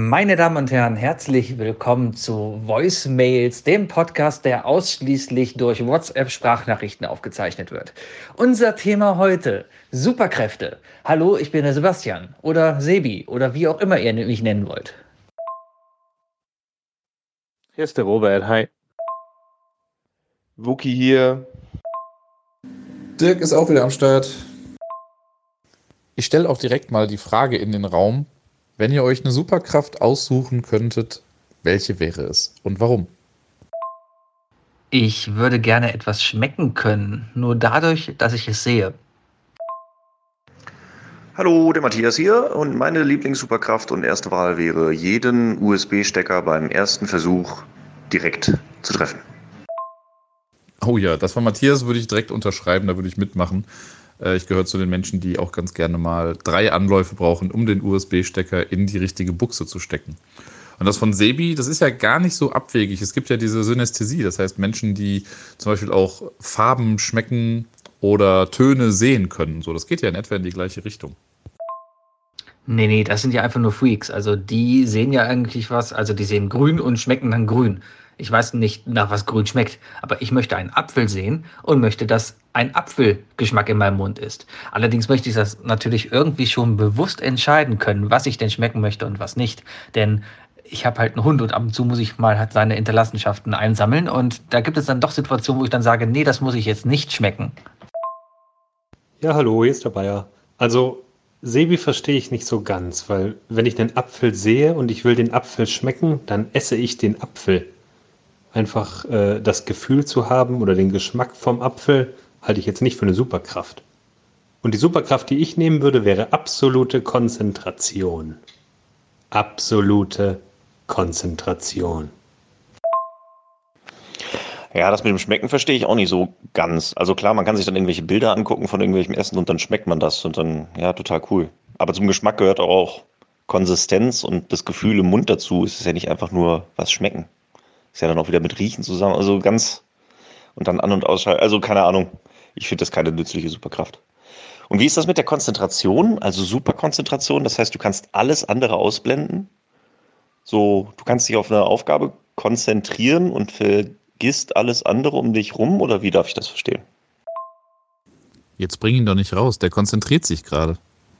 Meine Damen und Herren, herzlich willkommen zu Voicemails, dem Podcast, der ausschließlich durch WhatsApp-Sprachnachrichten aufgezeichnet wird. Unser Thema heute, Superkräfte. Hallo, ich bin der Sebastian oder Sebi oder wie auch immer ihr mich nennen wollt. Hier ist der Robert, hi. Wookie hier. Dirk ist auch wieder am Start. Ich stelle auch direkt mal die Frage in den Raum, wenn ihr euch eine Superkraft aussuchen könntet, welche wäre es und warum? Ich würde gerne etwas schmecken können, nur dadurch, dass ich es sehe. Hallo, der Matthias hier und meine Lieblings-Superkraft und erste Wahl wäre, jeden USB-Stecker beim ersten Versuch direkt zu treffen. Oh ja, das von Matthias würde ich direkt unterschreiben, da würde ich mitmachen. Ich gehöre zu den Menschen, die auch ganz gerne mal 3 Anläufe brauchen, um den USB-Stecker in die richtige Buchse zu stecken. Und das von Sebi, das ist ja gar nicht so abwegig. Es gibt ja diese Synästhesie, das heißt Menschen, die zum Beispiel auch Farben schmecken oder Töne sehen können. So, das geht ja in etwa in die gleiche Richtung. Nee, das sind ja einfach nur Freaks. Also die sehen ja eigentlich was, also die sehen grün und schmecken dann grün. Ich weiß nicht, nach was grün schmeckt, aber ich möchte einen Apfel sehen und möchte, dass ein Apfelgeschmack in meinem Mund ist. Allerdings möchte ich das natürlich irgendwie schon bewusst entscheiden können, was ich denn schmecken möchte und was nicht. Denn ich habe halt einen Hund und ab und zu muss ich mal halt seine Hinterlassenschaften einsammeln und da gibt es dann doch Situationen, wo ich dann sage, nee, das muss ich jetzt nicht schmecken. Ja, hallo, hier ist der Bayer. Also, Sebi verstehe ich nicht so ganz, weil wenn ich den Apfel sehe und ich will den Apfel schmecken, dann esse ich den Apfel. Einfach das Gefühl zu haben oder den Geschmack vom Apfel halte ich jetzt nicht für eine Superkraft. Und die Superkraft, die ich nehmen würde, wäre absolute Konzentration. Absolute Konzentration. Ja, das mit dem Schmecken verstehe ich auch nicht so ganz. Also klar, man kann sich dann irgendwelche Bilder angucken von irgendwelchem Essen und dann schmeckt man das und dann, ja, total cool. Aber zum Geschmack gehört auch Konsistenz und das Gefühl im Mund dazu. Es ist ja nicht einfach nur was schmecken. Ist ja dann auch wieder mit Riechen zusammen. Also ganz und dann an- und ausschalten. Also keine Ahnung. Ich finde das keine nützliche Superkraft. Und wie ist das mit der Konzentration? Also Superkonzentration, das heißt, du kannst alles andere ausblenden. So, du kannst dich auf eine Aufgabe konzentrieren und vergisst alles andere um dich rum, oder wie darf ich das verstehen? Jetzt bring ihn doch nicht raus, der konzentriert sich gerade.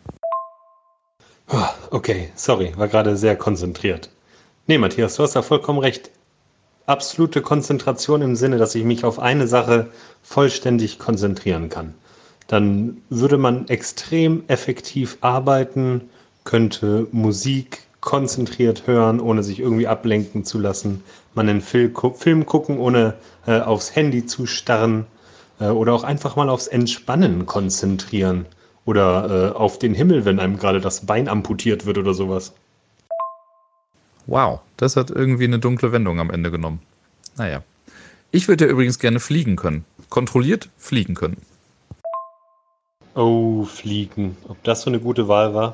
Okay, sorry, war gerade sehr konzentriert. Nee, Matthias, du hast da vollkommen recht. Absolute Konzentration im Sinne, dass ich mich auf eine Sache vollständig konzentrieren kann. Dann würde man extrem effektiv arbeiten, könnte Musik konzentriert hören, ohne sich irgendwie ablenken zu lassen. Man einen Film gucken, ohne aufs Handy zu starren. Oder auch einfach mal aufs Entspannen konzentrieren. Oder auf den Himmel, wenn einem gerade das Bein amputiert wird oder sowas. Wow, das hat irgendwie eine dunkle Wendung am Ende genommen. Naja. Ich würde ja übrigens gerne fliegen können. Kontrolliert fliegen können. Oh, Fliegen. Ob das so eine gute Wahl war?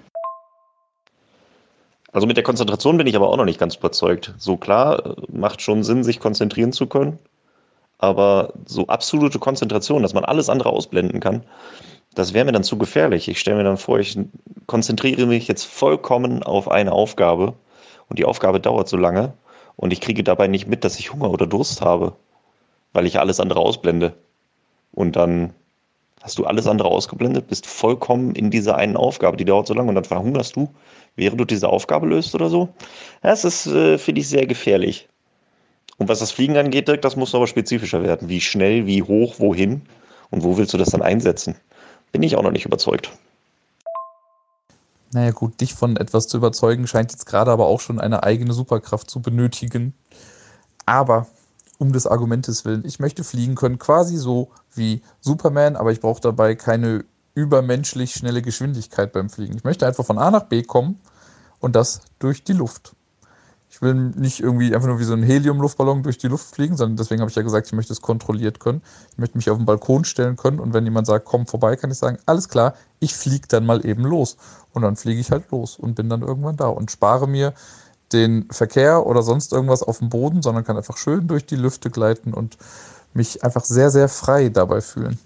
Also mit der Konzentration bin ich aber auch noch nicht ganz überzeugt. So klar, macht schon Sinn, sich konzentrieren zu können. Aber so absolute Konzentration, dass man alles andere ausblenden kann, das wäre mir dann zu gefährlich. Ich stelle mir dann vor, ich konzentriere mich jetzt vollkommen auf eine Aufgabe und die Aufgabe dauert so lange und ich kriege dabei nicht mit, dass ich Hunger oder Durst habe, weil ich alles andere ausblende. Und dann hast du alles andere ausgeblendet, bist vollkommen in dieser einen Aufgabe, die dauert so lange und dann verhungerst du, während du diese Aufgabe löst oder so. Das ist, finde ich, sehr gefährlich. Und was das Fliegen angeht, Dirk, das muss aber spezifischer werden. Wie schnell, wie hoch, wohin und wo willst du das dann einsetzen? Bin ich auch noch nicht überzeugt. Naja gut, dich von etwas zu überzeugen, scheint jetzt gerade aber auch schon eine eigene Superkraft zu benötigen. Aber um des Argumentes willen, ich möchte fliegen können, quasi so wie Superman, aber ich brauche dabei keine übermenschlich schnelle Geschwindigkeit beim Fliegen. Ich möchte einfach von A nach B kommen und das durch die Luft. Ich will nicht irgendwie einfach nur wie so ein Helium-Luftballon durch die Luft fliegen, sondern deswegen habe ich ja gesagt, ich möchte es kontrolliert können. Ich möchte mich auf den Balkon stellen können und wenn jemand sagt, komm vorbei, kann ich sagen, alles klar, ich fliege dann mal eben los. Und dann fliege ich halt los und bin dann irgendwann da und spare mir den Verkehr oder sonst irgendwas auf dem Boden, sondern kann einfach schön durch die Lüfte gleiten und mich einfach sehr, sehr frei dabei fühlen.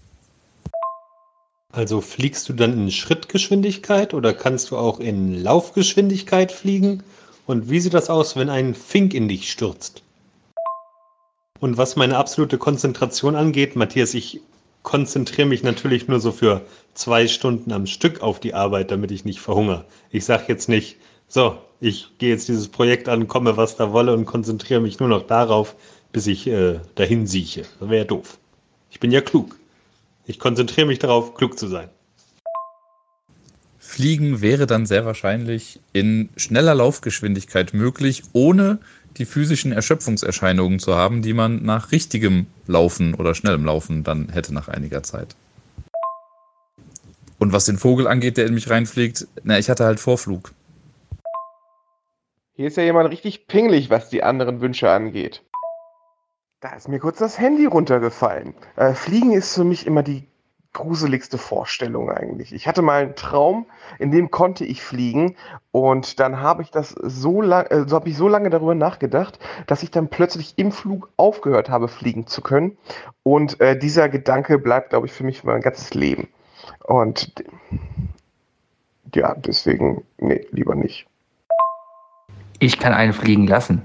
Also fliegst du dann in Schrittgeschwindigkeit oder kannst du auch in Laufgeschwindigkeit fliegen? Und wie sieht das aus, wenn ein Fink in dich stürzt? Und was meine absolute Konzentration angeht, Matthias, ich konzentriere mich natürlich nur so für 2 Stunden am Stück auf die Arbeit, damit ich nicht verhungere. Ich sage jetzt nicht, so, ich gehe jetzt dieses Projekt an, komme was da wolle und konzentriere mich nur noch darauf, bis ich dahin sieche. Das wäre ja doof. Ich bin ja klug. Ich konzentriere mich darauf, klug zu sein. Fliegen wäre dann sehr wahrscheinlich in schneller Laufgeschwindigkeit möglich, ohne die physischen Erschöpfungserscheinungen zu haben, die man nach richtigem Laufen oder schnellem Laufen dann hätte nach einiger Zeit. Und was den Vogel angeht, der in mich reinfliegt, ich hatte halt Vorflug. Hier ist ja jemand richtig pingelig, was die anderen Wünsche angeht. Da ist mir kurz das Handy runtergefallen. Fliegen ist für mich immer die gruseligste Vorstellung eigentlich. Ich hatte mal einen Traum, in dem konnte ich fliegen und dann habe ich so lange darüber nachgedacht, dass ich dann plötzlich im Flug aufgehört habe, fliegen zu können. Und dieser Gedanke bleibt, glaube ich, für mich mein ganzes Leben. Und ja, deswegen, nee, lieber nicht. Ich kann einen fliegen lassen.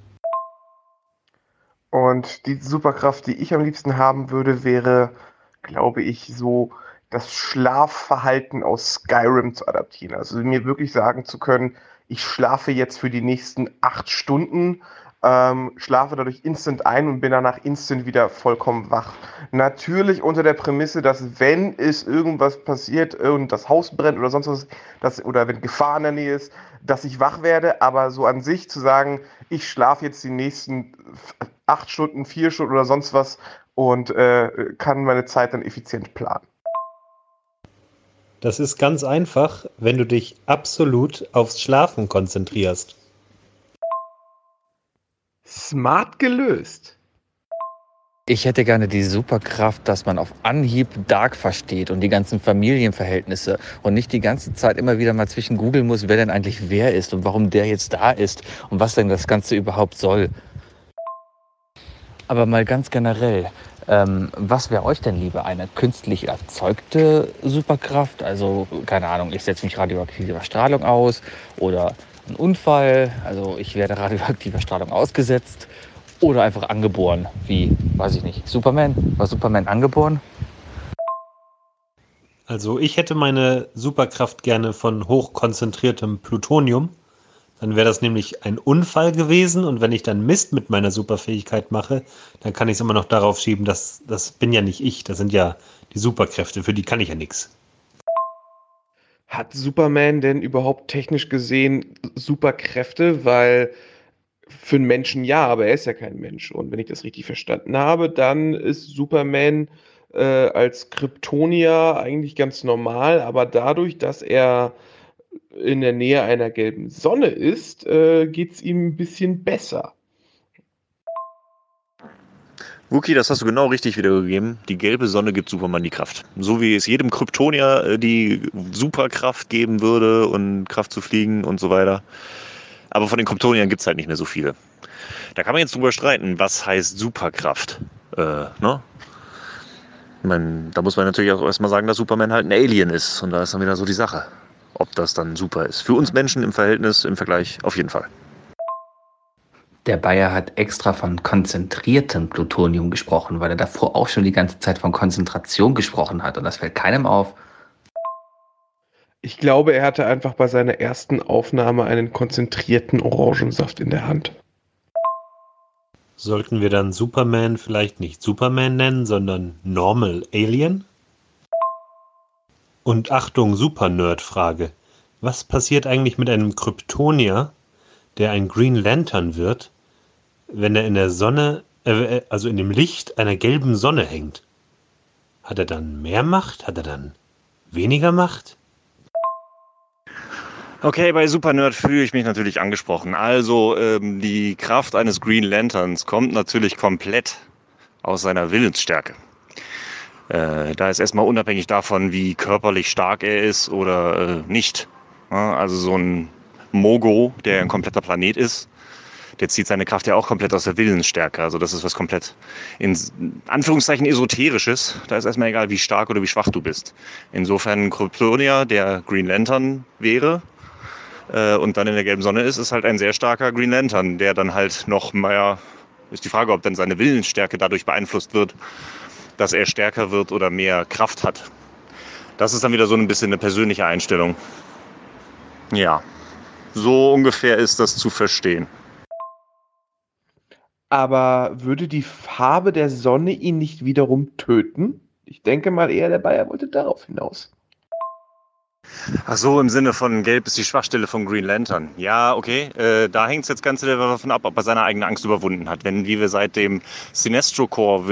Und die Superkraft, die ich am liebsten haben würde, wäre, glaube ich, so das Schlafverhalten aus Skyrim zu adaptieren. Also mir wirklich sagen zu können, ich schlafe jetzt für die nächsten 8 Stunden, schlafe dadurch instant ein und bin danach instant wieder vollkommen wach. Natürlich unter der Prämisse, dass wenn es irgendwas passiert und das Haus brennt oder sonst was, oder wenn Gefahr in der Nähe ist, dass ich wach werde, aber so an sich zu sagen, ich schlafe jetzt die nächsten 8 Stunden, 4 Stunden oder sonst was und kann meine Zeit dann effizient planen. Das ist ganz einfach, wenn du dich absolut aufs Schlafen konzentrierst. Smart gelöst. Ich hätte gerne die Superkraft, dass man auf Anhieb Dark versteht und die ganzen Familienverhältnisse und nicht die ganze Zeit immer wieder mal zwischen googeln muss, wer denn eigentlich wer ist und warum der jetzt da ist und was denn das Ganze überhaupt soll. Aber mal ganz generell, was wäre euch denn lieber? Eine künstlich erzeugte Superkraft? Also, keine Ahnung, ich setze mich radioaktiver Strahlung aus oder ein Unfall, also ich werde radioaktiver Strahlung ausgesetzt oder einfach angeboren, wie, weiß ich nicht, Superman? War Superman angeboren? Also ich hätte meine Superkraft gerne von hochkonzentriertem Plutonium. Dann wäre das nämlich ein Unfall gewesen und wenn ich dann Mist mit meiner Superfähigkeit mache, dann kann ich es immer noch darauf schieben, dass das bin ja nicht ich, das sind ja die Superkräfte, für die kann ich ja nichts. Hat Superman denn überhaupt technisch gesehen Superkräfte? Weil für einen Menschen ja, aber er ist ja kein Mensch. Und wenn ich das richtig verstanden habe, dann ist Superman als Kryptonier eigentlich ganz normal, aber dadurch, dass er in der Nähe einer gelben Sonne ist, geht es ihm ein bisschen besser. Wookie, das hast du genau richtig wiedergegeben. Die gelbe Sonne gibt Superman die Kraft. So wie es jedem Kryptonier die Superkraft geben würde und Kraft zu fliegen und so weiter. Aber von den Kryptoniern gibt es halt nicht mehr so viele. Da kann man jetzt drüber streiten, was heißt Superkraft. Ne? Ich meine, da muss man natürlich auch erstmal sagen, dass Superman halt ein Alien ist. Und da ist dann wieder so die Sache, ob das dann super ist. Für uns Menschen im Vergleich auf jeden Fall. Der Bayer hat extra von konzentriertem Plutonium gesprochen, weil er davor auch schon die ganze Zeit von Konzentration gesprochen hat. Und das fällt keinem auf. Ich glaube, er hatte einfach bei seiner ersten Aufnahme einen konzentrierten Orangensaft in der Hand. Sollten wir dann Superman vielleicht nicht Superman nennen, sondern Normal Alien? Und Achtung, Super-Nerd-Frage. Was passiert eigentlich mit einem Kryptonier, der ein Green Lantern wird, wenn er in der Sonne, also in dem Licht einer gelben Sonne hängt? Hat er dann mehr Macht? Hat er dann weniger Macht? Okay, bei Supernerd fühle ich mich natürlich angesprochen. Also die Kraft eines Green Lanterns kommt natürlich komplett aus seiner Willensstärke. Da ist erstmal unabhängig davon, wie körperlich stark er ist oder nicht. Ja, also so ein Mogo, der ein kompletter Planet ist, der zieht seine Kraft ja auch komplett aus der Willensstärke. Also das ist was komplett in Anführungszeichen Esoterisches. Da ist erstmal egal, wie stark oder wie schwach du bist. Insofern Kryptonier, der Green Lantern wäre, und dann in der gelben Sonne ist halt ein sehr starker Green Lantern, der dann halt noch mehr, ist die Frage, ob dann seine Willensstärke dadurch beeinflusst wird, dass er stärker wird oder mehr Kraft hat. Das ist dann wieder so ein bisschen eine persönliche Einstellung. Ja, so ungefähr ist das zu verstehen. Aber würde die Farbe der Sonne ihn nicht wiederum töten? Ich denke mal eher, der Bayer wollte darauf hinaus. Ach so, im Sinne von Gelb ist die Schwachstelle von Green Lantern. Ja, okay. Da hängt es jetzt ganz davon ab, ob er seine eigene Angst überwunden hat. Wenn, wie wir seit dem Sinestro Corps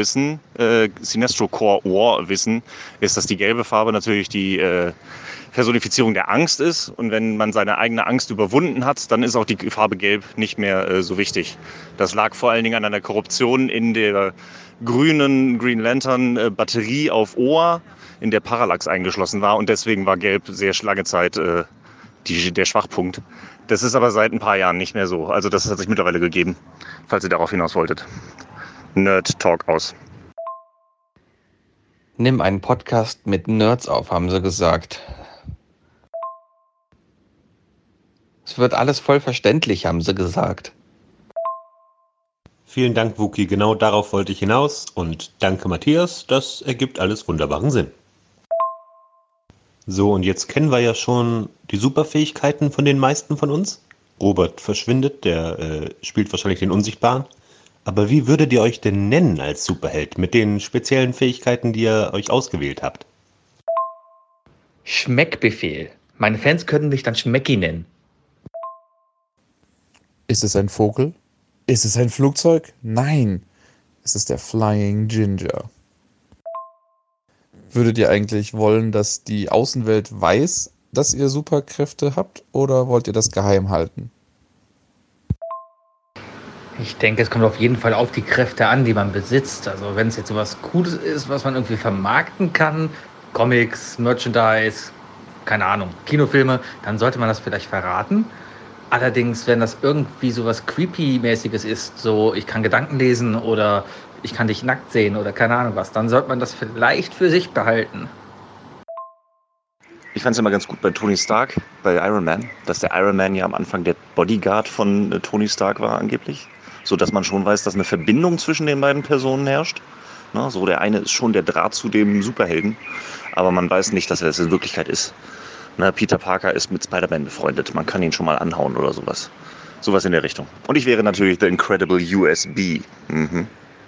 War wissen, ist, dass die gelbe Farbe natürlich die Personifizierung der Angst ist. Und wenn man seine eigene Angst überwunden hat, dann ist auch die Farbe Gelb nicht mehr so wichtig. Das lag vor allen Dingen an einer Korruption in der grünen Green Lantern Batterie auf Oa, in der Parallax eingeschlossen war, und deswegen war Gelb sehr lange Zeit der Schwachpunkt. Das ist aber seit ein paar Jahren nicht mehr so. Also das hat sich mittlerweile gegeben, falls ihr darauf hinaus wolltet. Nerd Talk aus. Nimm einen Podcast mit Nerds auf, haben sie gesagt. Es wird alles voll verständlich, haben sie gesagt. Vielen Dank, Wookie. Genau darauf wollte ich hinaus. Und danke, Matthias. Das ergibt alles wunderbaren Sinn. So, und jetzt kennen wir ja schon die Superfähigkeiten von den meisten von uns. Robert verschwindet, der spielt wahrscheinlich den Unsichtbaren. Aber wie würdet ihr euch denn nennen als Superheld mit den speziellen Fähigkeiten, die ihr euch ausgewählt habt? Schmeckbefehl. Meine Fans können mich dann Schmecki nennen. Ist es ein Vogel? Ist es ein Flugzeug? Nein, es ist der Flying Ginger. Würdet ihr eigentlich wollen, dass die Außenwelt weiß, dass ihr Superkräfte habt, oder wollt ihr das geheim halten? Ich denke, es kommt auf jeden Fall auf die Kräfte an, die man besitzt. Also wenn es jetzt sowas Cooles ist, was man irgendwie vermarkten kann, Comics, Merchandise, keine Ahnung, Kinofilme, dann sollte man das vielleicht verraten. Allerdings, wenn das irgendwie sowas Creepy-mäßiges ist, so ich kann Gedanken lesen oder ich kann dich nackt sehen oder keine Ahnung was, dann sollte man das vielleicht für sich behalten. Ich fand es immer ganz gut bei Tony Stark, bei Iron Man, dass der Iron Man ja am Anfang der Bodyguard von Tony Stark war angeblich. So dass man schon weiß, dass eine Verbindung zwischen den beiden Personen herrscht. Na, so der eine ist schon der Draht zu dem Superhelden, aber man weiß nicht, dass er das in Wirklichkeit ist. Na, Peter Parker ist mit Spider-Man befreundet, man kann ihn schon mal anhauen oder sowas. Sowas in der Richtung. Und ich wäre natürlich The Incredible USB. Mhm.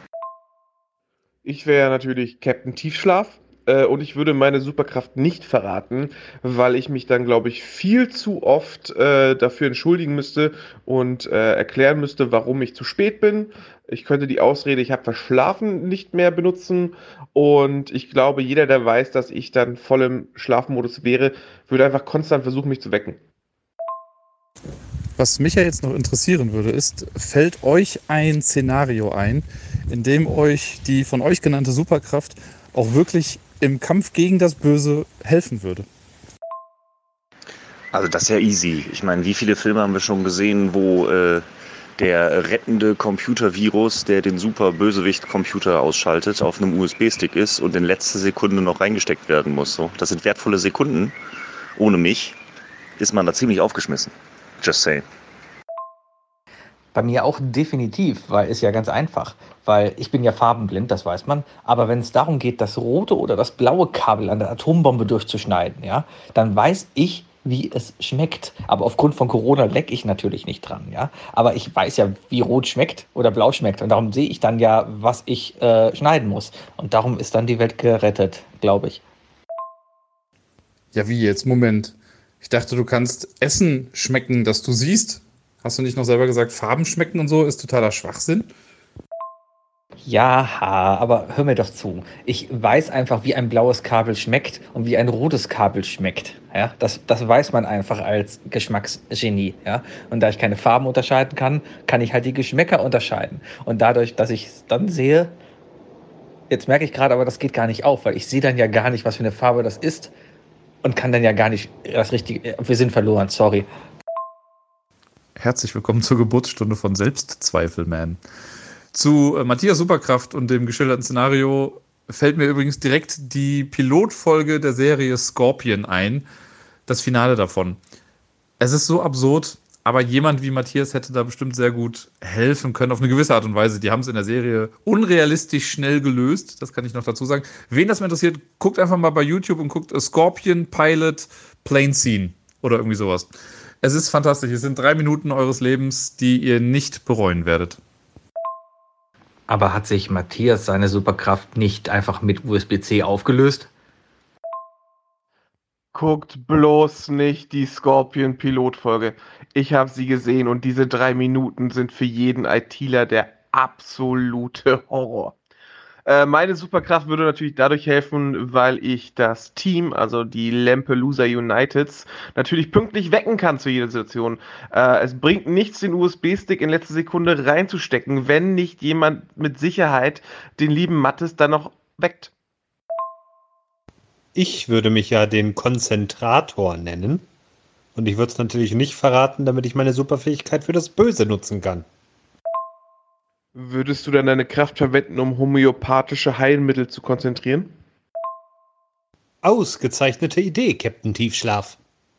Ich wäre natürlich Captain Tiefschlaf und ich würde meine Superkraft nicht verraten, weil ich mich dann, glaube ich, viel zu oft dafür entschuldigen müsste und erklären müsste, warum ich zu spät bin. Ich könnte die Ausrede, ich habe verschlafen, nicht mehr benutzen, und ich glaube, jeder, der weiß, dass ich dann voll im Schlafmodus wäre, würde einfach konstant versuchen, mich zu wecken. Was mich ja jetzt noch interessieren würde, ist, fällt euch ein Szenario ein, in dem euch die von euch genannte Superkraft auch wirklich im Kampf gegen das Böse helfen würde? Also das ist ja easy. Ich meine, wie viele Filme haben wir schon gesehen, wo der rettende Computervirus, der den Super-Bösewicht-Computer ausschaltet, auf einem USB-Stick ist und in letzter Sekunde noch reingesteckt werden muss. So, das sind wertvolle Sekunden. Ohne mich ist man da ziemlich aufgeschmissen. Just saying. Bei mir auch definitiv, weil ist ja ganz einfach. Weil ich bin ja farbenblind, das weiß man. Aber wenn es darum geht, das rote oder das blaue Kabel an der Atombombe durchzuschneiden, ja, dann weiß ich, wie es schmeckt. Aber aufgrund von Corona leck ich natürlich nicht dran, ja. Aber ich weiß ja, wie rot schmeckt oder blau schmeckt. Und darum sehe ich dann ja, was ich schneiden muss. Und darum ist dann die Welt gerettet, glaube ich. Ja, wie jetzt? Moment. Ich dachte, du kannst Essen schmecken, das du siehst. Hast du nicht noch selber gesagt, Farben schmecken und so ist totaler Schwachsinn? Ja, aber hör mir doch zu. Ich weiß einfach, wie ein blaues Kabel schmeckt und wie ein rotes Kabel schmeckt. Ja, das weiß man einfach als Geschmacksgenie. Ja? Und da ich keine Farben unterscheiden kann, kann ich halt die Geschmäcker unterscheiden. Und dadurch, dass ich es dann sehe, jetzt merke ich gerade, aber das geht gar nicht auf, weil ich sehe dann ja gar nicht, was für eine Farbe das ist und kann dann ja gar nicht das Richtige. Wir sind verloren, sorry. Herzlich willkommen zur Geburtsstunde von Selbstzweifelman. Zu Matthias Superkraft und dem geschilderten Szenario fällt mir übrigens direkt die Pilotfolge der Serie Scorpion ein, das Finale davon. Es ist so absurd, aber jemand wie Matthias hätte da bestimmt sehr gut helfen können, auf eine gewisse Art und Weise. Die haben es in der Serie unrealistisch schnell gelöst, das kann ich noch dazu sagen. Wen das mal interessiert, guckt einfach mal bei YouTube und guckt Scorpion Pilot Plane Scene oder irgendwie sowas. Es ist fantastisch. Es sind 3 Minuten eures Lebens, die ihr nicht bereuen werdet. Aber hat sich Matthias seine Superkraft nicht einfach mit USB-C aufgelöst? Guckt bloß nicht die Scorpion-Pilotfolge. Ich habe sie gesehen und diese 3 Minuten sind für jeden ITler der absolute Horror. Meine Superkraft würde natürlich dadurch helfen, weil ich das Team, also die Lampelusa Uniteds, natürlich pünktlich wecken kann zu jeder Situation. Es bringt nichts, den USB-Stick in letzter Sekunde reinzustecken, wenn nicht jemand mit Sicherheit den lieben Mattes dann noch weckt. Ich würde mich ja den Konzentrator nennen. Und ich würde es natürlich nicht verraten, damit ich meine Superfähigkeit für das Böse nutzen kann. Würdest du dann deine Kraft verwenden, um homöopathische Heilmittel zu konzentrieren? Ausgezeichnete Idee, Captain Tiefschlaf.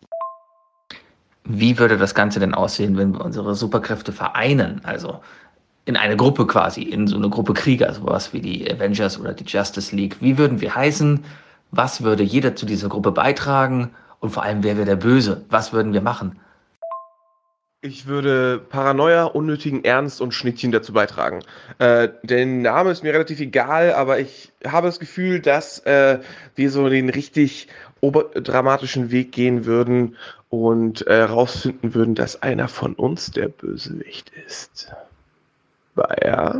Wie würde das Ganze denn aussehen, wenn wir unsere Superkräfte vereinen? Also in eine Gruppe quasi, in so eine Gruppe Krieger, sowas wie die Avengers oder die Justice League. Wie würden wir heißen? Was würde jeder zu dieser Gruppe beitragen? Und vor allem, wer wäre der Böse? Was würden wir machen? Ich würde Paranoia, unnötigen Ernst und Schnittchen dazu beitragen. Der Name ist mir relativ egal, aber ich habe das Gefühl, dass wir so den richtig oberdramatischen Weg gehen würden und rausfinden würden, dass einer von uns der Bösewicht ist. Bayer?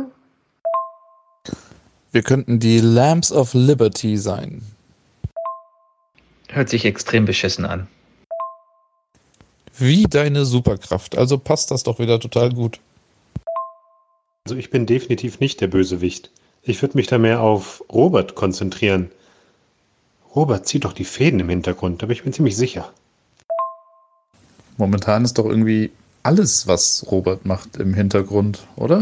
Wir könnten die Lamps of Liberty sein. Hört sich extrem beschissen an. Wie deine Superkraft. Also passt das doch wieder total gut. Also ich bin definitiv nicht der Bösewicht. Ich würde mich da mehr auf Robert konzentrieren. Robert zieht doch die Fäden im Hintergrund, da bin ich mir ziemlich sicher. Momentan ist doch irgendwie alles, was Robert macht, im Hintergrund, oder?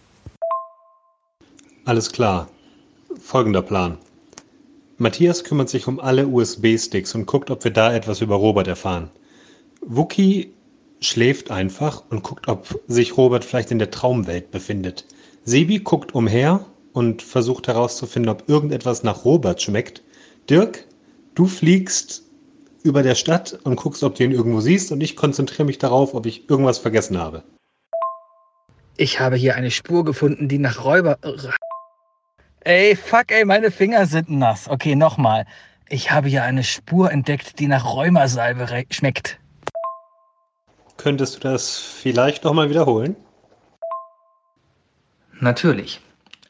Alles klar. Folgender Plan. Matthias kümmert sich um alle USB-Sticks und guckt, ob wir da etwas über Robert erfahren. Wookie schläft einfach und guckt, ob sich Robert vielleicht in der Traumwelt befindet. Sebi guckt umher und versucht herauszufinden, ob irgendetwas nach Robert schmeckt. Dirk, du fliegst über der Stadt und guckst, ob du ihn irgendwo siehst, und ich konzentriere mich darauf, ob ich irgendwas vergessen habe. Ich habe hier eine Spur gefunden, die nach Räuber... Ey, fuck, ey, meine Finger sind nass. Okay, nochmal. Ich habe hier eine Spur entdeckt, die nach Rheumasalbe schmeckt. Könntest du das vielleicht nochmal wiederholen? Natürlich.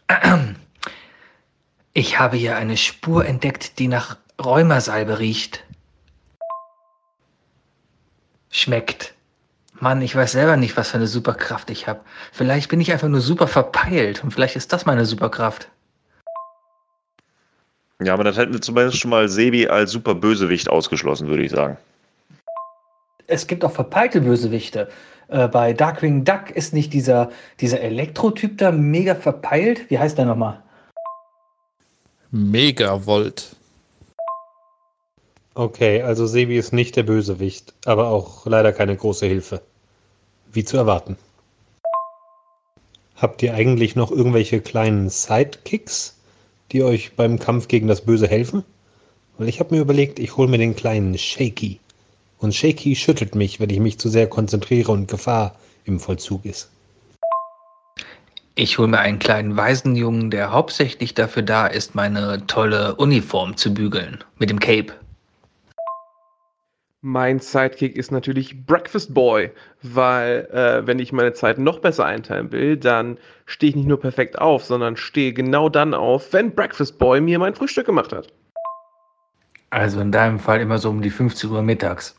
Ich habe hier eine Spur entdeckt, die nach Rheumasalbe riecht. Schmeckt. Mann, ich weiß selber nicht, was für eine Superkraft ich habe. Vielleicht bin ich einfach nur super verpeilt und vielleicht ist das meine Superkraft. Ja, aber das hätten wir zumindest schon mal Sebi als super Bösewicht ausgeschlossen, würde ich sagen. Es gibt auch verpeilte Bösewichte. Bei Darkwing Duck ist nicht dieser Elektro-Typ da mega verpeilt. Wie heißt der nochmal? Megavolt. Okay, also Sebi ist nicht der Bösewicht, aber auch leider keine große Hilfe. Wie zu erwarten. Habt ihr eigentlich noch irgendwelche kleinen Sidekicks, die euch beim Kampf gegen das Böse helfen? Weil ich habe mir überlegt, ich hole mir den kleinen Shaky. Und Shaky schüttelt mich, wenn ich mich zu sehr konzentriere und Gefahr im Vollzug ist. Ich hole mir einen kleinen Waisenjungen, der hauptsächlich dafür da ist, meine tolle Uniform zu bügeln. Mit dem Cape. Mein Sidekick ist natürlich Breakfast Boy, weil wenn ich meine Zeit noch besser einteilen will, dann stehe ich nicht nur perfekt auf, sondern stehe genau dann auf, wenn Breakfast Boy mir mein Frühstück gemacht hat. Also in deinem Fall immer so um die 15 Uhr mittags.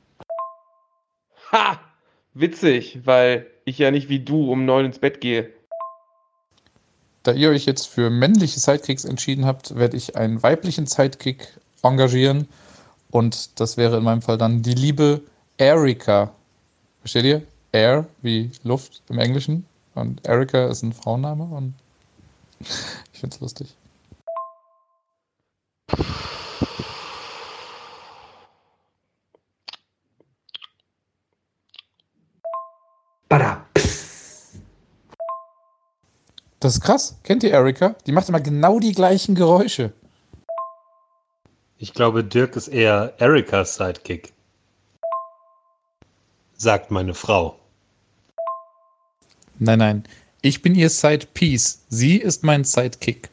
Ha! Witzig, weil ich ja nicht wie du um 9 ins Bett gehe. Da ihr euch jetzt für männliche Sidekicks entschieden habt, werde ich einen weiblichen Sidekick engagieren. Und das wäre in meinem Fall dann die liebe Erika. Versteht ihr? Air wie Luft im Englischen. Und Erika ist ein Frauenname. Und ich finde es lustig. Das ist krass. Kennt ihr Erika? Die macht immer genau die gleichen Geräusche. Ich glaube, Dirk ist eher Erikas Sidekick, sagt meine Frau. Nein. Ich bin ihr Sidepiece. Sie ist mein Sidekick.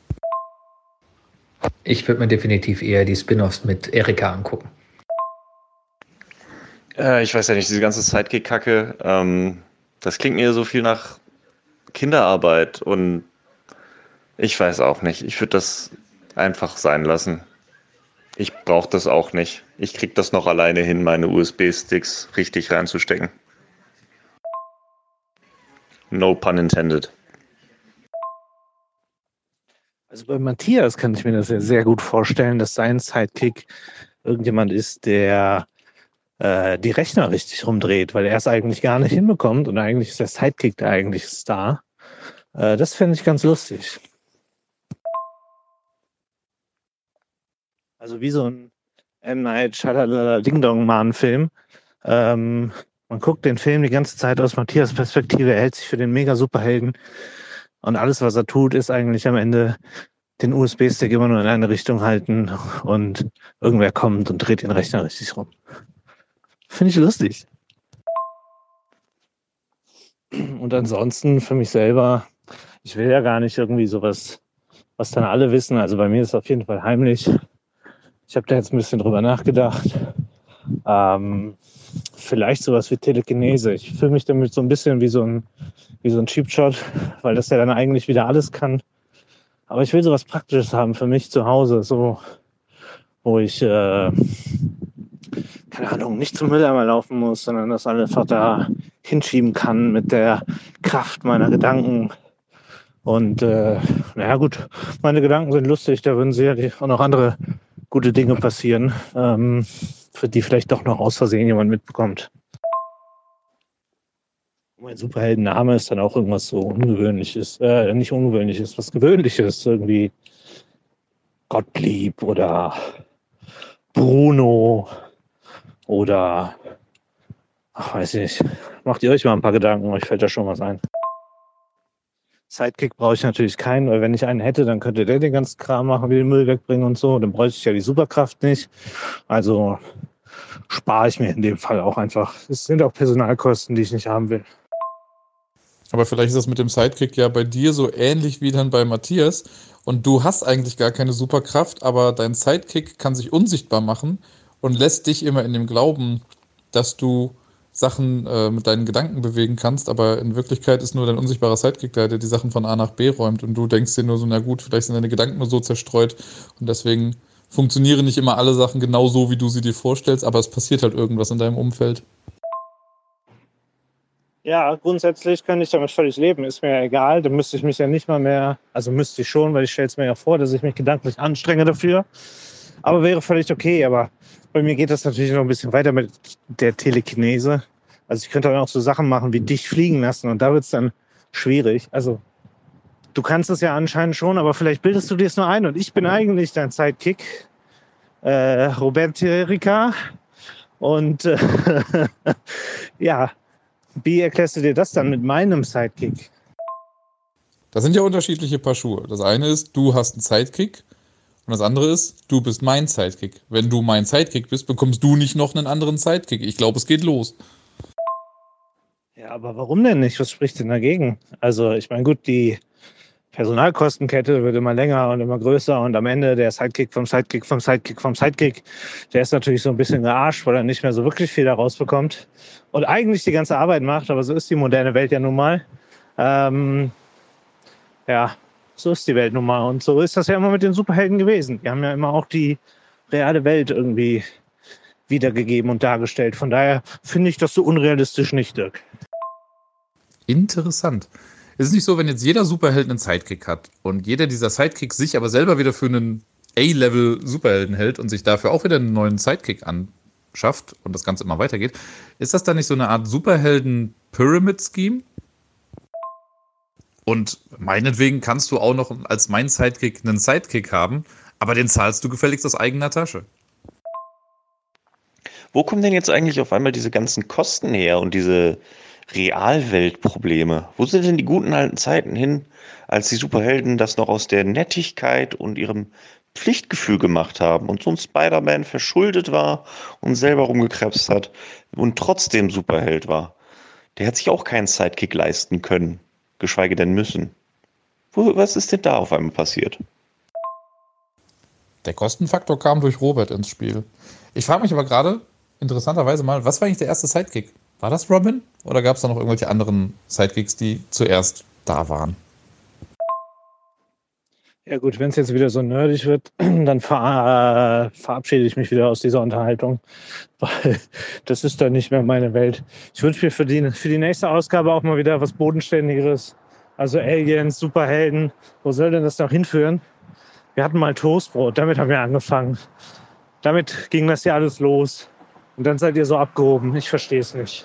Ich würde mir definitiv eher die Spin-offs mit Erika angucken. Ich weiß ja nicht, diese ganze Sidekick-Kacke, das klingt mir so viel nach Kinderarbeit und ich weiß auch nicht. Ich würde das einfach sein lassen. Ich brauche das auch nicht. Ich krieg das noch alleine hin, meine USB-Sticks richtig reinzustecken. No pun intended. Also bei Matthias kann ich mir das ja sehr gut vorstellen, dass sein Sidekick irgendjemand ist, der die Rechner richtig rumdreht, weil er es eigentlich gar nicht hinbekommt und eigentlich ist der Sidekick der eigentliche Star. Das fände ich ganz lustig. Also wie so ein M. Night Shyamalan Ding Dong Man Film. Man guckt den Film die ganze Zeit aus Matthias Perspektive, er hält sich für den Mega-Superhelden und alles, was er tut, ist eigentlich am Ende den USB-Stick immer nur in eine Richtung halten und irgendwer kommt und dreht den Rechner richtig rum. Finde ich lustig. Und ansonsten für mich selber, ich will ja gar nicht irgendwie sowas, was dann alle wissen. Also bei mir ist es auf jeden Fall heimlich. Ich habe da jetzt ein bisschen drüber nachgedacht. Vielleicht sowas wie Telekinese. Ich fühle mich damit so ein bisschen wie so ein Cheap-Shot, weil das ja dann eigentlich wieder alles kann. Aber ich will sowas Praktisches haben für mich zu Hause, so wo ich keine Ahnung, nicht zum Mülleimer laufen muss, sondern das einfach da hinschieben kann mit der Kraft meiner Gedanken. Und naja gut, meine Gedanken sind lustig, da würden sicherlich auch noch andere gute Dinge passieren, für die vielleicht doch noch aus Versehen jemand mitbekommt. Mein Superheldenname ist dann auch irgendwas so Ungewöhnliches, nicht Ungewöhnliches, was Gewöhnliches, irgendwie Gottlieb oder Bruno oder, ach weiß ich nicht, macht ihr euch mal ein paar Gedanken, euch fällt da schon was ein. Sidekick brauche ich natürlich keinen, weil wenn ich einen hätte, dann könnte der den ganzen Kram machen, wie den Müll wegbringen und so, dann bräuchte ich ja die Superkraft nicht, also spare ich mir in dem Fall auch einfach. Es sind auch Personalkosten, die ich nicht haben will. Aber vielleicht ist das mit dem Sidekick ja bei dir so ähnlich wie dann bei Matthias und du hast eigentlich gar keine Superkraft, aber dein Sidekick kann sich unsichtbar machen und lässt dich immer in dem Glauben, dass du Sachen mit deinen Gedanken bewegen kannst, aber in Wirklichkeit ist nur dein unsichtbarer Sidekick der die Sachen von A nach B räumt und du denkst dir nur so, na gut, vielleicht sind deine Gedanken nur so zerstreut und deswegen funktionieren nicht immer alle Sachen genau so, wie du sie dir vorstellst, aber es passiert halt irgendwas in deinem Umfeld. Ja, grundsätzlich kann ich damit völlig leben, ist mir ja egal, dann müsste ich mich ja nicht mal mehr, also müsste ich schon, weil ich stelle es mir ja vor, dass ich mich gedanklich anstrenge dafür, aber wäre völlig okay, aber bei mir geht das natürlich noch ein bisschen weiter mit der Telekinese. Also ich könnte dann auch so Sachen machen wie dich fliegen lassen und da wird es dann schwierig. Also du kannst es ja anscheinend schon, aber vielleicht bildest du dir es nur ein und ich bin eigentlich dein Sidekick, Robert Erika und ja, wie erklärst du dir das dann mit meinem Sidekick? Das sind ja unterschiedliche Paar Schuhe. Das eine ist, du hast einen Sidekick und das andere ist, du bist mein Sidekick. Wenn du mein Sidekick bist, bekommst du nicht noch einen anderen Sidekick. Ich glaube, es geht los. Ja, aber warum denn nicht? Was spricht denn dagegen? Also ich meine, gut, die Personalkostenkette wird immer länger und immer größer und am Ende der Sidekick vom Sidekick vom Sidekick vom Sidekick, der ist natürlich so ein bisschen gearscht, weil er nicht mehr so wirklich viel da rausbekommt und eigentlich die ganze Arbeit macht, aber so ist die moderne Welt ja nun mal. Ja, so ist die Welt nun mal und so ist das ja immer mit den Superhelden gewesen. Die haben ja immer auch die reale Welt irgendwie wiedergegeben und dargestellt. Von daher finde ich das so unrealistisch nicht, Dirk. Interessant. Es ist nicht so, wenn jetzt jeder Superheld einen Sidekick hat und jeder dieser Sidekicks sich aber selber wieder für einen A-Level-Superhelden hält und sich dafür auch wieder einen neuen Sidekick anschafft und das Ganze immer weitergeht, ist das dann nicht so eine Art Superhelden-Pyramid-Scheme? Und meinetwegen kannst du auch noch als mein Sidekick einen Sidekick haben, aber den zahlst du gefälligst aus eigener Tasche. Wo kommen denn jetzt eigentlich auf einmal diese ganzen Kosten her und diese Realweltprobleme. Wo sind denn die guten alten Zeiten hin, als die Superhelden das noch aus der Nettigkeit und ihrem Pflichtgefühl gemacht haben und so ein Spider-Man verschuldet war und selber rumgekrebst hat und trotzdem Superheld war? Der hat sich auch keinen Sidekick leisten können, geschweige denn müssen. Was ist denn da auf einmal passiert? Der Kostenfaktor kam durch Robert ins Spiel. Ich frage mich aber gerade, interessanterweise mal, was war eigentlich der erste Sidekick? War das Robin? Oder gab es da noch irgendwelche anderen Sidekicks, die zuerst da waren? Ja gut, wenn es jetzt wieder so nerdig wird, dann verabschiede ich mich wieder aus dieser Unterhaltung, weil das ist dann nicht mehr meine Welt. Ich wünsche mir für die nächste Ausgabe auch mal wieder was Bodenständigeres. Also Aliens, Superhelden, wo soll denn das noch hinführen? Wir hatten mal Toastbrot, damit haben wir angefangen. Damit ging das ja alles los. Und dann seid ihr so abgehoben. Ich verstehe es nicht.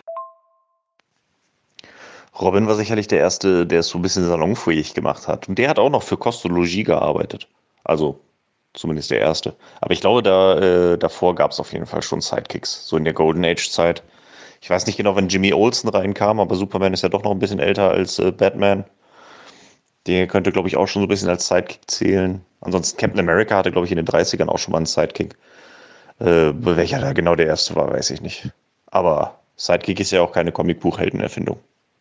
Robin war sicherlich der Erste, der es so ein bisschen salonfähig gemacht hat. Und der hat auch noch für Kostologie gearbeitet. Also zumindest der Erste. Aber ich glaube, davor gab es auf jeden Fall schon Sidekicks. So in der Golden Age-Zeit. Ich weiß nicht genau, wann Jimmy Olsen reinkam, aber Superman ist ja doch noch ein bisschen älter als Batman. Der könnte, glaube ich, auch schon so ein bisschen als Sidekick zählen. Ansonsten Captain America hatte, glaube ich, in den 30ern auch schon mal einen Sidekick. Welcher da genau der Erste war, weiß ich nicht. Aber Sidekick ist ja auch keine Comicbuchheldenerfindung.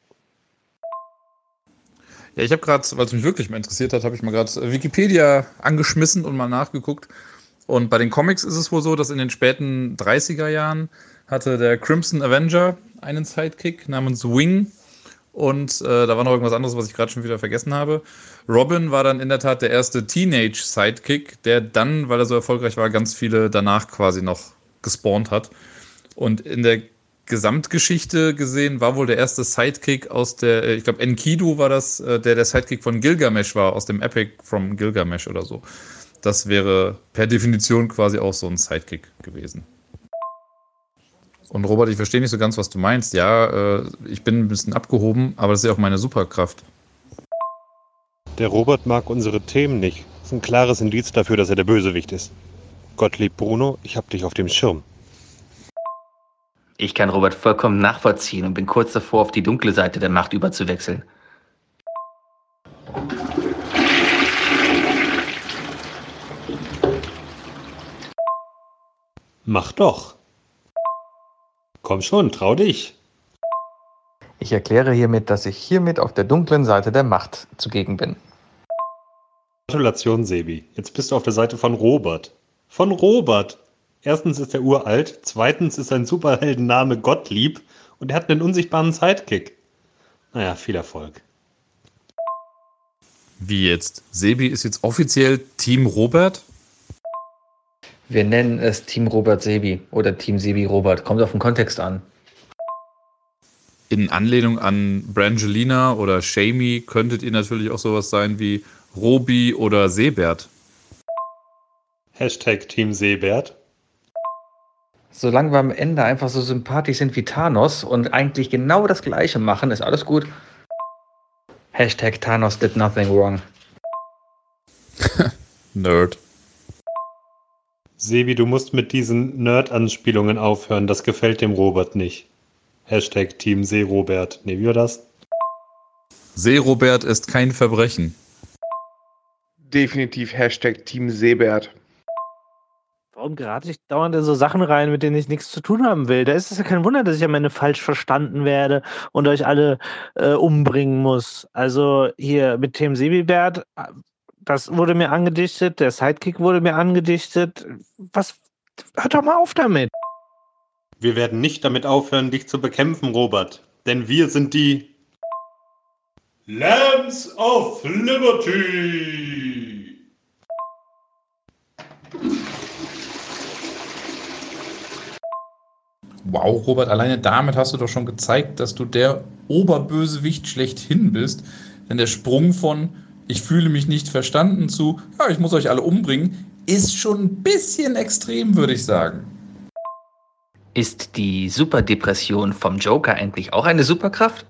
Ja, ich habe gerade, weil es mich wirklich mal interessiert hat, habe ich mal gerade Wikipedia angeschmissen und mal nachgeguckt. Und bei den Comics ist es wohl so, dass in den späten 30er Jahren hatte der Crimson Avenger einen Sidekick namens Wing. Und da war noch irgendwas anderes, was ich gerade schon wieder vergessen habe. Robin war dann in der Tat der erste Teenage-Sidekick, der dann, weil er so erfolgreich war, ganz viele danach quasi noch gespawnt hat. Und in der Gesamtgeschichte gesehen war wohl der erste Sidekick aus der, ich glaube Enkidu war das, der Sidekick von Gilgamesh war, aus dem Epic from Gilgamesh oder so. Das wäre per Definition quasi auch so ein Sidekick gewesen. Und Robert, ich verstehe nicht so ganz, was du meinst. Ja, ich bin ein bisschen abgehoben, aber das ist ja auch meine Superkraft. Der Robert mag unsere Themen nicht. Das ist ein klares Indiz dafür, dass er der Bösewicht ist. Gottlieb Bruno, ich hab dich auf dem Schirm. Ich kann Robert vollkommen nachvollziehen und bin kurz davor, auf die dunkle Seite der Macht überzuwechseln. Mach doch. Komm schon, trau dich. Ich erkläre hiermit, dass ich hiermit auf der dunklen Seite der Macht zugegen bin. Gratulation, Sebi. Jetzt bist du auf der Seite von Robert. Von Robert. Erstens ist er uralt, zweitens ist sein Superheldenname Gottlieb und er hat einen unsichtbaren Sidekick. Naja, viel Erfolg. Wie jetzt? Sebi ist jetzt offiziell Team Robert? Wir nennen es Team Robert Sebi oder Team Sebi Robert. Kommt auf den Kontext an. In Anlehnung an Brangelina oder Shamey könntet ihr natürlich auch sowas sein wie Robi oder Seebert. Hashtag Team Seebert. Solange wir am Ende einfach so sympathisch sind wie Thanos und eigentlich genau das Gleiche machen, ist alles gut. Hashtag Thanos did nothing wrong. Nerd. Sebi, du musst mit diesen Nerd-Anspielungen aufhören. Das gefällt dem Robert nicht. Hashtag Team Seerobert. Ne, wie war das? Seerobert ist kein Verbrechen. Definitiv Hashtag Team Seebert. Warum gerate ich dauernd in so Sachen rein, mit denen ich nichts zu tun haben will? Da ist es ja kein Wunder, dass ich am Ende falsch verstanden werde und euch alle umbringen muss. Also hier mit Team Sebibert, das wurde mir angedichtet, der Sidekick wurde mir angedichtet. Was? Hört doch mal auf damit. Wir werden nicht damit aufhören, dich zu bekämpfen, Robert. Denn wir sind die Lambs of Liberty. Wow, Robert, alleine damit hast du doch schon gezeigt, dass du der Oberbösewicht schlechthin bist. Denn der Sprung von ich fühle mich nicht verstanden zu ja, ich muss euch alle umbringen, ist schon ein bisschen extrem, würde ich sagen. Ist die Superdepression vom Joker eigentlich auch eine Superkraft?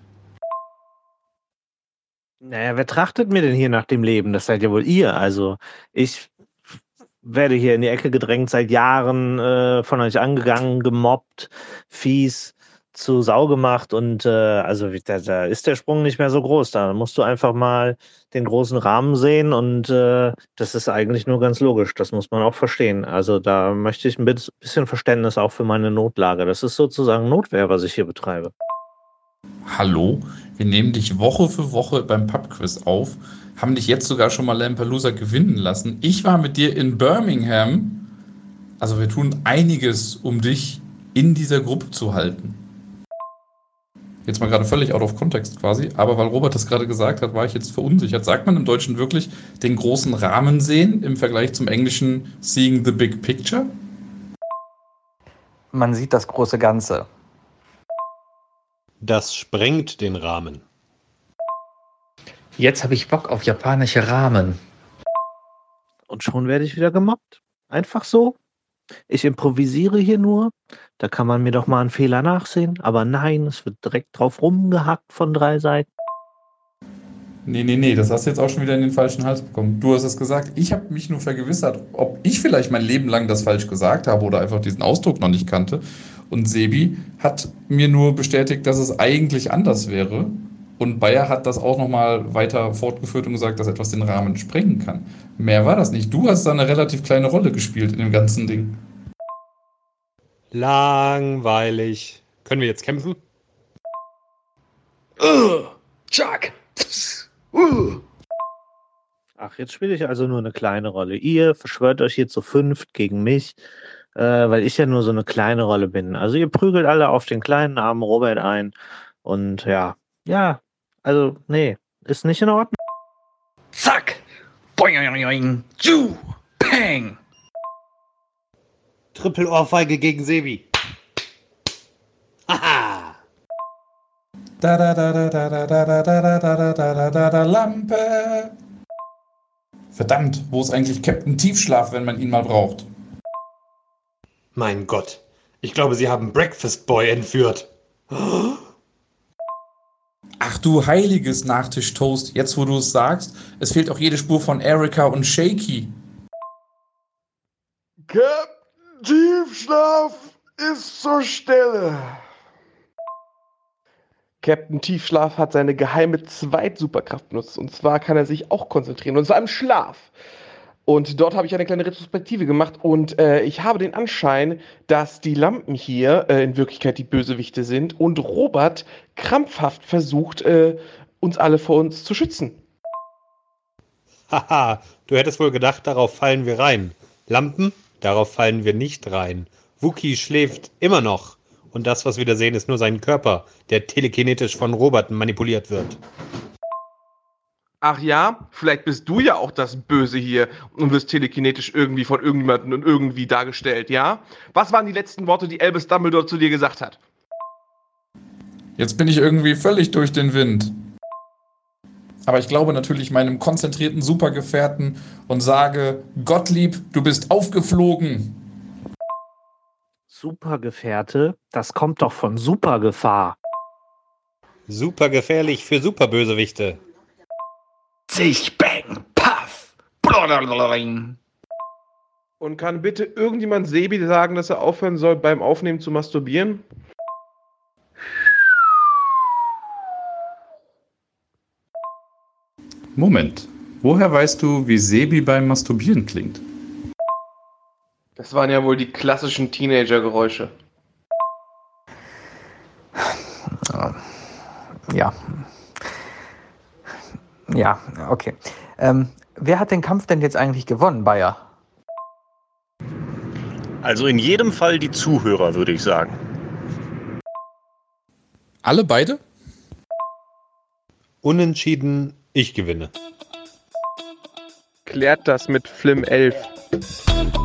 Naja, wer trachtet mir denn hier nach dem Leben? Das seid ja wohl ihr. Also ich werde hier in die Ecke gedrängt, seit Jahren von euch angegangen, gemobbt, fies. zu Sau gemacht und also da ist der Sprung nicht mehr so groß. Da musst du einfach mal den großen Rahmen sehen und das ist eigentlich nur ganz logisch. Das muss man auch verstehen. Also da möchte ich ein bisschen Verständnis auch für meine Notlage. Das ist sozusagen Notwehr, was ich hier betreibe. Hallo, wir nehmen dich Woche für Woche beim Pubquiz auf, haben dich jetzt sogar schon mal Lampelusa gewinnen lassen. Ich war mit dir in Birmingham. Also wir tun einiges, um dich in dieser Gruppe zu halten. Jetzt mal gerade völlig out of context quasi, aber weil Robert das gerade gesagt hat, war ich jetzt verunsichert. Sagt man im Deutschen wirklich den großen Rahmen sehen im Vergleich zum englischen Seeing the Big Picture? Man sieht das große Ganze. Das sprengt den Rahmen. Jetzt habe ich Bock auf japanische Ramen. Und schon werde ich wieder gemobbt. Einfach so. Ich improvisiere hier nur. Da kann man mir doch mal einen Fehler nachsehen. Aber nein, es wird direkt drauf rumgehackt von 3 Seiten. Nee, das hast du jetzt auch schon wieder in den falschen Hals bekommen. Du hast es gesagt, ich habe mich nur vergewissert, ob ich vielleicht mein Leben lang das falsch gesagt habe oder einfach diesen Ausdruck noch nicht kannte. Und Sebi hat mir nur bestätigt, dass es eigentlich anders wäre. Und Bayer hat das auch nochmal weiter fortgeführt und gesagt, dass etwas den Rahmen sprengen kann. Mehr war das nicht. Du hast da eine relativ kleine Rolle gespielt in dem ganzen Ding. Langweilig. Können wir jetzt kämpfen? Chuck! Ach, jetzt spiele ich also nur eine kleine Rolle. Ihr verschwört euch hier zu 5 gegen mich, weil ich ja nur so eine kleine Rolle bin. Also ihr prügelt alle auf den kleinen armen Robert ein. Und ja, also nee, ist nicht in Ordnung. Zack! Boing, Ju! Peng! Triple-Ohrfeige gegen Sebi. Haha! Lampe. Verdammt, wo ist eigentlich Captain Tiefschlaf, wenn man ihn mal braucht? Mein Gott, ich glaube, sie haben Breakfast Boy entführt. Ach du heiliges Nachtischtoast, jetzt wo du es sagst, es fehlt auch jede Spur von Erika und Shaky. Captain Tiefschlaf ist zur Stelle. Captain Tiefschlaf hat seine geheime Zweit-Superkraft benutzt. Und zwar kann er sich auch konzentrieren. Und zwar im Schlaf. Und dort habe ich eine kleine Retrospektive gemacht. Und ich habe den Anschein, dass die Lampen hier in Wirklichkeit die Bösewichte sind. Und Robert krampfhaft versucht, uns alle vor uns zu schützen. Haha, du hättest wohl gedacht, darauf fallen wir rein. Lampen, darauf fallen wir nicht rein. Wookie schläft immer noch. Und das, was wir da sehen, ist nur sein Körper, der telekinetisch von Robotern manipuliert wird. Ach ja, vielleicht bist du ja auch das Böse hier und wirst telekinetisch irgendwie von irgendjemandem und irgendwie dargestellt, ja? Was waren die letzten Worte, die Albus Dumbledore zu dir gesagt hat? Jetzt bin ich irgendwie völlig durch den Wind. Aber ich glaube natürlich meinem konzentrierten Supergefährten und sage, Gottlieb, du bist aufgeflogen. Supergefährte, das kommt doch von Supergefahr. Super gefährlich für Superbösewichte. Sich, bang, paff, blodderling. Und kann bitte irgendjemand Sebi sagen, dass er aufhören soll, beim Aufnehmen zu masturbieren? Moment, woher weißt du, wie Sebi beim Masturbieren klingt? Das waren ja wohl die klassischen Teenager-Geräusche. Ja, okay. Wer hat den Kampf denn jetzt eigentlich gewonnen, Bayer? Also in jedem Fall die Zuhörer, würde ich sagen. Alle beide? Unentschieden, ich gewinne. Klärt das mit Flim 11.